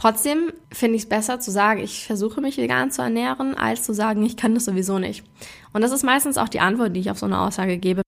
Trotzdem finde ich es besser zu sagen, ich versuche mich vegan zu ernähren, als zu sagen, ich kann das sowieso nicht. Und das ist meistens auch die Antwort, die ich auf so eine Aussage gebe.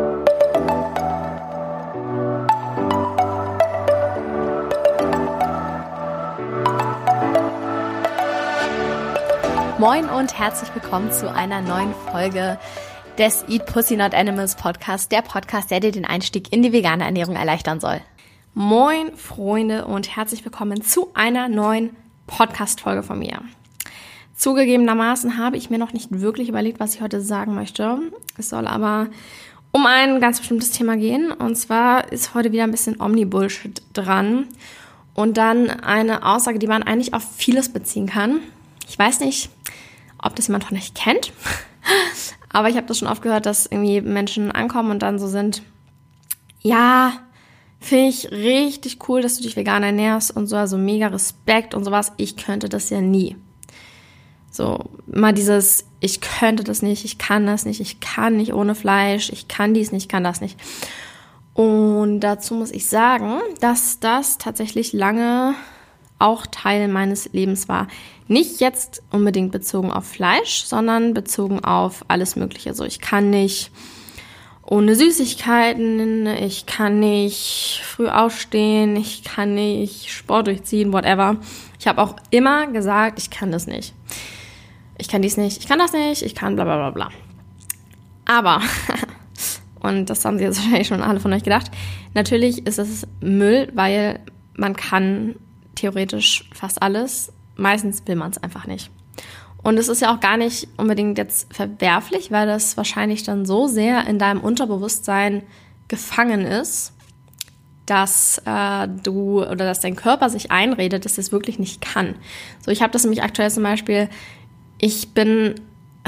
Moin und herzlich willkommen zu einer neuen Folge des Eat Pussy Not Animals Podcast, der Podcast, der dir den Einstieg in die vegane Ernährung erleichtern soll. Moin Freunde und herzlich willkommen zu einer neuen Podcast-Folge von mir. Zugegebenermaßen habe ich mir noch nicht wirklich überlegt, was ich heute sagen möchte. Es soll aber um ein ganz bestimmtes Thema gehen, und zwar ist heute wieder ein bisschen Omni-Bullshit dran und dann eine Aussage, die man eigentlich auf vieles beziehen kann. Ich weiß nicht, ob das jemand von euch kennt, aber ich habe das schon oft gehört, dass irgendwie Menschen ankommen und dann so sind, ja, finde ich richtig cool, dass du dich vegan ernährst und so, also mega Respekt und sowas, ich könnte das ja nie. So, immer dieses, ich könnte das nicht, ich kann das nicht, ich kann nicht ohne Fleisch, ich kann dies nicht, ich kann das nicht. Und dazu muss ich sagen, dass das tatsächlich lange auch Teil meines Lebens war. Nicht jetzt unbedingt bezogen auf Fleisch, sondern bezogen auf alles Mögliche. Also ich kann nicht ohne Süßigkeiten, ich kann nicht früh aufstehen, ich kann nicht Sport durchziehen, whatever. Ich habe auch immer gesagt, ich kann das nicht. Ich kann dies nicht, ich kann das nicht, ich kann bla bla bla bla. Aber, und das haben sie jetzt wahrscheinlich schon alle von euch gedacht, natürlich ist es Müll, weil man kann theoretisch fast alles. Meistens will man es einfach nicht. Und es ist ja auch gar nicht unbedingt jetzt verwerflich, weil das wahrscheinlich dann so sehr in deinem Unterbewusstsein gefangen ist, dass dass dein Körper sich einredet, dass es wirklich nicht kann. So, ich habe das nämlich aktuell zum Beispiel, ich bin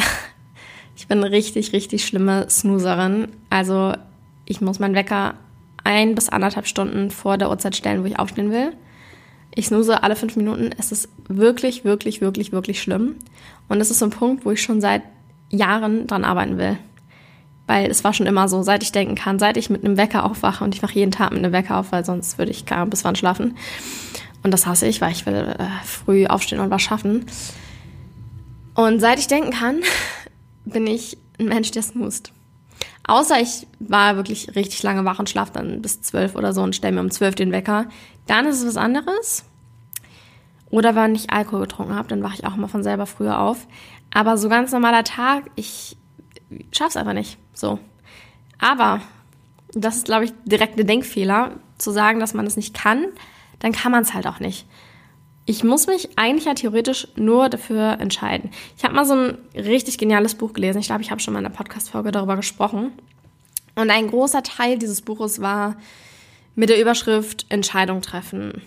eine richtig, richtig schlimme Snoozerin. Also ich muss meinen Wecker 1 bis 1,5 Stunden vor der Uhrzeit stellen, wo ich aufstehen will. Ich snooze alle 5 Minuten. Es ist wirklich, wirklich, wirklich, wirklich schlimm. Und es ist so ein Punkt, wo ich schon seit Jahren dran arbeiten will. Weil es war schon immer so, seit ich denken kann, seit ich mit einem Wecker aufwache, und ich wache jeden Tag mit einem Wecker auf, weil sonst würde ich gar bis wann schlafen. Und das hasse ich, weil ich will früh aufstehen und was schaffen. Und seit ich denken kann, bin ich ein Mensch, der snoozt. Außer ich war wirklich richtig lange wach und schlafe dann bis 12 oder so und stelle mir um 12 den Wecker. Dann ist es was anderes. Oder wenn ich Alkohol getrunken habe, dann wache ich auch immer von selber früher auf. Aber so ganz normaler Tag, ich schaff's einfach nicht. So. Aber das ist, glaube ich, direkt ein Denkfehler, zu sagen, dass man es nicht kann. Dann kann man es halt auch nicht. Ich muss mich eigentlich ja theoretisch nur dafür entscheiden. Ich habe mal so ein richtig geniales Buch gelesen. Ich glaube, ich habe schon mal in einer Podcast-Folge darüber gesprochen. Und ein großer Teil dieses Buches war mit der Überschrift Entscheidung treffen.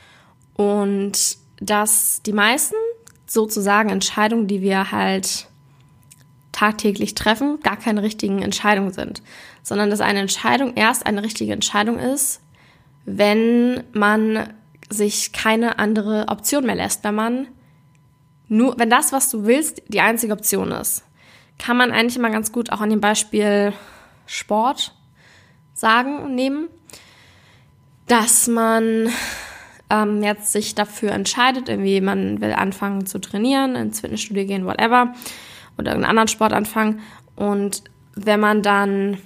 Und dass die meisten sozusagen Entscheidungen, die wir halt tagtäglich treffen, gar keine richtigen Entscheidungen sind. Sondern dass eine Entscheidung erst eine richtige Entscheidung ist, wenn man sich keine andere Option mehr lässt, wenn das, was du willst, die einzige Option ist. Kann man eigentlich immer ganz gut auch an dem Beispiel Sport nehmen, dass man jetzt sich dafür entscheidet, irgendwie man will anfangen zu trainieren, ins Fitnessstudio gehen, whatever, oder irgendeinen anderen Sport anfangen, und wenn man dann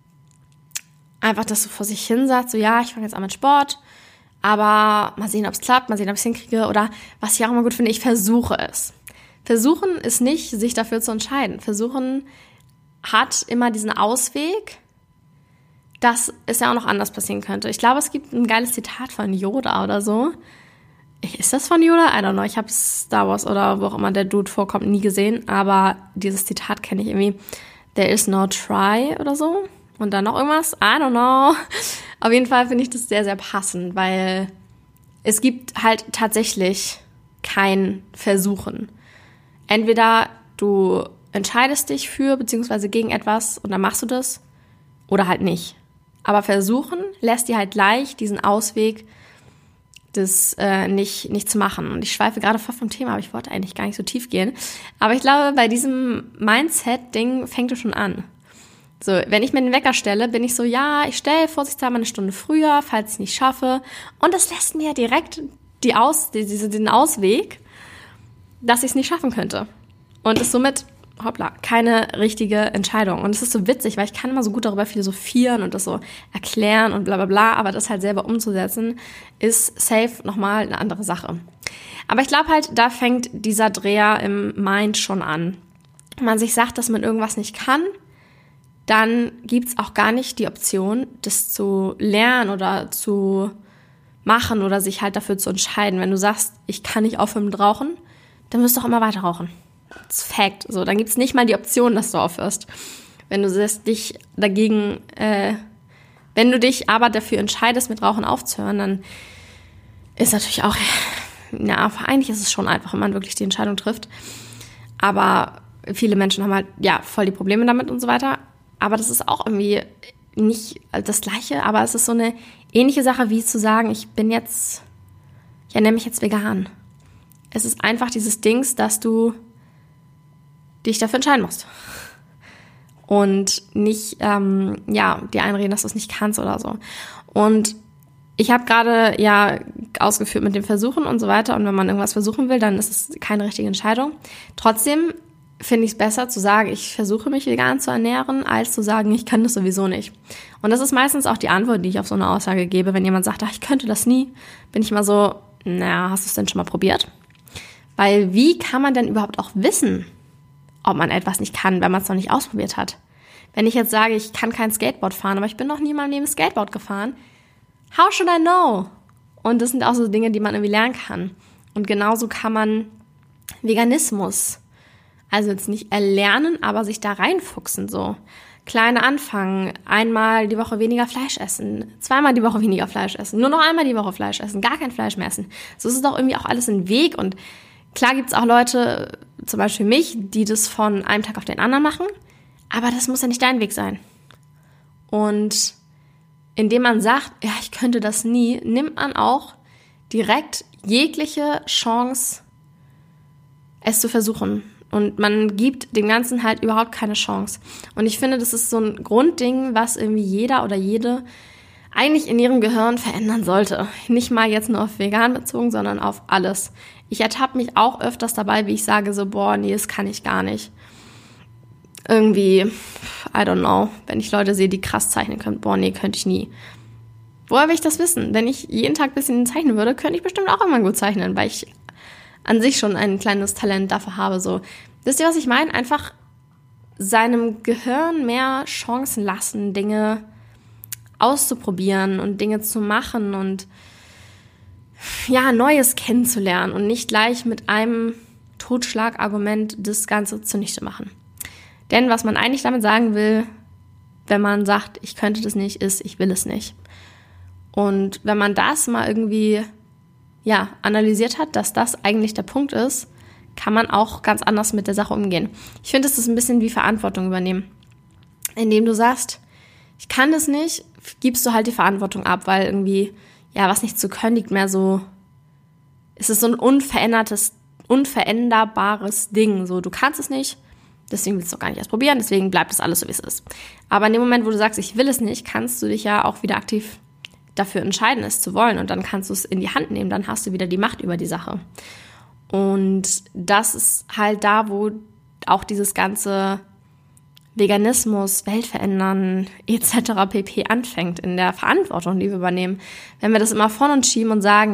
einfach das so vor sich hin sagt, so ja, ich fange jetzt an mit Sport, aber mal sehen, ob es klappt, mal sehen, ob ich es hinkriege, oder was ich auch immer gut finde, ich versuche es. Versuchen ist nicht, sich dafür zu entscheiden. Versuchen hat immer diesen Ausweg, dass es ja auch noch anders passieren könnte. Ich glaube, es gibt ein geiles Zitat von Yoda oder so. Ist das von Yoda? I don't know. Ich habe Star Wars oder wo auch immer der Dude vorkommt nie gesehen, aber dieses Zitat kenne ich irgendwie. There is no try oder so. Und dann noch irgendwas? I don't know. Auf jeden Fall finde ich das sehr, sehr passend, weil es gibt halt tatsächlich kein Versuchen. Entweder du entscheidest dich für bzw. gegen etwas und dann machst du das, oder halt nicht. Aber versuchen lässt dir halt leicht diesen Ausweg, das nicht zu machen. Und ich schweife gerade voll vom Thema, aber ich wollte eigentlich gar nicht so tief gehen. Aber ich glaube, bei diesem Mindset-Ding fängt es schon an. So, wenn ich mir den Wecker stelle, bin ich so, ja, ich stelle vorsichtshalber eine Stunde früher, falls ich es nicht schaffe. Und das lässt mir direkt den Ausweg, dass ich es nicht schaffen könnte. Und ist somit, keine richtige Entscheidung. Und es ist so witzig, weil ich kann immer so gut darüber philosophieren und das so erklären und bla bla bla, aber das halt selber umzusetzen, ist safe nochmal eine andere Sache. Aber ich glaube halt, da fängt dieser Dreher im Mind schon an. Wenn man sich sagt, dass man irgendwas nicht kann, dann gibt's auch gar nicht die Option, das zu lernen oder zu machen oder sich halt dafür zu entscheiden. Wenn du sagst, ich kann nicht aufhören mit Rauchen, dann wirst du auch immer weiter rauchen. Das ist Fact. So, dann gibt's nicht mal die Option, dass du aufhörst. Wenn du dich wenn du dich aber dafür entscheidest, mit Rauchen aufzuhören, dann ist natürlich auch, eigentlich ist es schon einfach, wenn man wirklich die Entscheidung trifft. Aber viele Menschen haben halt, voll die Probleme damit und so weiter. Aber das ist auch irgendwie nicht das Gleiche, aber es ist so eine ähnliche Sache, wie zu sagen, ich nenne mich jetzt vegan. Es ist einfach dieses Dings, dass du dich dafür entscheiden musst. Und nicht, dir einreden, dass du es nicht kannst oder so. Und ich habe gerade ausgeführt mit dem Versuchen und so weiter. Und wenn man irgendwas versuchen will, dann ist es keine richtige Entscheidung. Trotzdem finde ich es besser zu sagen, ich versuche mich vegan zu ernähren, als zu sagen, ich kann das sowieso nicht. Und das ist meistens auch die Antwort, die ich auf so eine Aussage gebe. Wenn jemand sagt, ich könnte das nie, bin ich immer so, hast du es denn schon mal probiert? Weil wie kann man denn überhaupt auch wissen, ob man etwas nicht kann, wenn man es noch nicht ausprobiert hat? Wenn ich jetzt sage, ich kann kein Skateboard fahren, aber ich bin noch nie in meinem Leben Skateboard gefahren, how should I know? Und das sind auch so Dinge, die man irgendwie lernen kann. Und genauso kann man Veganismus, also jetzt nicht erlernen, aber sich da reinfuchsen so. Kleine anfangen, einmal die Woche weniger Fleisch essen, zweimal die Woche weniger Fleisch essen, nur noch einmal die Woche Fleisch essen, gar kein Fleisch mehr essen. So ist es doch irgendwie auch alles ein Weg. Und klar gibt's auch Leute, zum Beispiel mich, die das von einem Tag auf den anderen machen, aber das muss ja nicht dein Weg sein. Und indem man sagt, ich könnte das nie, nimmt man auch direkt jegliche Chance, es zu versuchen. Und man gibt dem Ganzen halt überhaupt keine Chance. Und ich finde, das ist so ein Grundding, was irgendwie jeder oder jede eigentlich in ihrem Gehirn verändern sollte. Nicht mal jetzt nur auf vegan bezogen, sondern auf alles. Ich ertappe mich auch öfters dabei, wie ich sage so, das kann ich gar nicht. Irgendwie, I don't know, wenn ich Leute sehe, die krass zeichnen können, könnte ich nie. Woher will ich das wissen? Wenn ich jeden Tag ein bisschen zeichnen würde, könnte ich bestimmt auch immer gut zeichnen, weil ich an sich schon ein kleines Talent dafür habe. So. Wisst ihr, was ich meine? Einfach seinem Gehirn mehr Chancen lassen, Dinge auszuprobieren und Dinge zu machen und Neues kennenzulernen und nicht gleich mit einem Totschlagargument das Ganze zunichte machen. Denn was man eigentlich damit sagen will, wenn man sagt, ich könnte das nicht, ist, ich will es nicht. Und wenn man das mal irgendwie analysiert hat, dass das eigentlich der Punkt ist, kann man auch ganz anders mit der Sache umgehen. Ich finde, es ist ein bisschen wie Verantwortung übernehmen. Indem du sagst, ich kann das nicht, gibst du halt die Verantwortung ab, weil irgendwie, was nicht zu können, liegt mehr so, es ist so ein unveränderbares Ding. So, du kannst es nicht, deswegen willst du auch gar nicht erst probieren, deswegen bleibt das alles so, wie es ist. Aber in dem Moment, wo du sagst, ich will es nicht, kannst du dich ja auch wieder aktiv dafür entscheiden, es zu wollen. Und dann kannst du es in die Hand nehmen, dann hast du wieder die Macht über die Sache. Und das ist halt da, wo auch dieses ganze Veganismus, Welt verändern, etc. pp. Anfängt, in der Verantwortung, die wir übernehmen. Wenn wir das immer von uns schieben und sagen,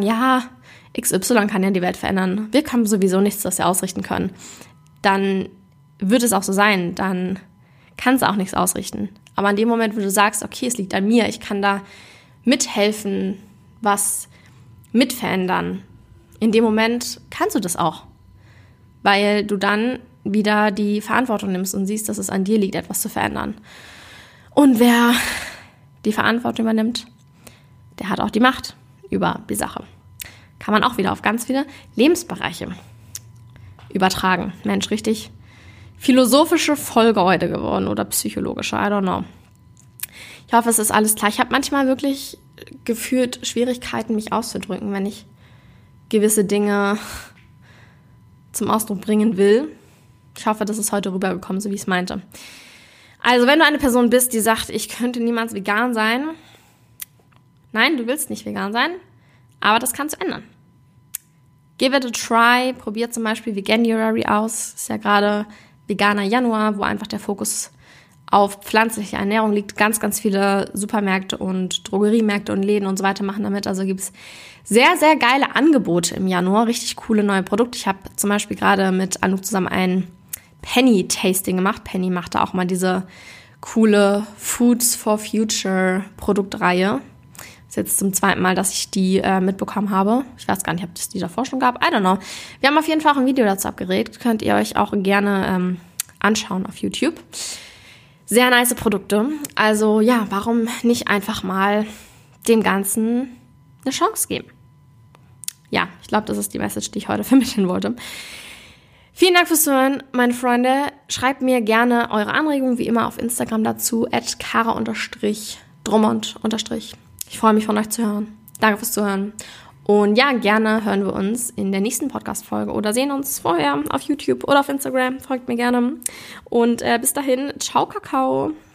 XY kann ja die Welt verändern, wir haben sowieso nichts, das wir ausrichten können, dann wird es auch so sein, dann kann es auch nichts ausrichten. Aber in dem Moment, wo du sagst, okay, es liegt an mir, ich kann da mithelfen, was mitverändern, in dem Moment kannst du das auch, weil du dann wieder die Verantwortung nimmst und siehst, dass es an dir liegt, etwas zu verändern. Und wer die Verantwortung übernimmt, der hat auch die Macht über die Sache. Kann man auch wieder auf ganz viele Lebensbereiche übertragen. Mensch, richtig philosophische Folge heute geworden oder psychologische, I don't know. Ich hoffe, es ist alles klar. Ich habe manchmal wirklich gefühlt Schwierigkeiten, mich auszudrücken, wenn ich gewisse Dinge zum Ausdruck bringen will. Ich hoffe, das ist heute rübergekommen, so wie ich es meinte. Also, wenn du eine Person bist, die sagt, ich könnte niemals vegan sein. Nein, du willst nicht vegan sein, aber das kannst du ändern. Give it a try. Probiert zum Beispiel Veganuary aus. Ist ja gerade veganer Januar, wo einfach der Fokus auf pflanzliche Ernährung liegt. Ganz, ganz viele Supermärkte und Drogeriemärkte und Läden und so weiter machen damit. Also gibt's sehr, sehr geile Angebote im Januar. Richtig coole neue Produkte. Ich habe zum Beispiel gerade mit Anouk zusammen ein Penny-Tasting gemacht. Penny macht da auch mal diese coole Foods for Future Produktreihe. Das ist jetzt zum 2. Mal, dass ich die mitbekommen habe. Ich weiß gar nicht, ob es die davor schon gab. I don't know. Wir haben auf jeden Fall auch ein Video dazu abgedreht. Könnt ihr euch auch gerne anschauen auf YouTube. Sehr nice Produkte. Also ja, warum nicht einfach mal dem Ganzen eine Chance geben? Ja, ich glaube, das ist die Message, die ich heute vermitteln wollte. Vielen Dank fürs Zuhören, meine Freunde. Schreibt mir gerne eure Anregungen, wie immer auf Instagram dazu, @kara_drummond_. Ich freue mich von euch zu hören. Danke fürs Zuhören. Und ja, gerne hören wir uns in der nächsten Podcast-Folge oder sehen uns vorher auf YouTube oder auf Instagram. Folgt mir gerne. Und bis dahin, ciao, Kakao.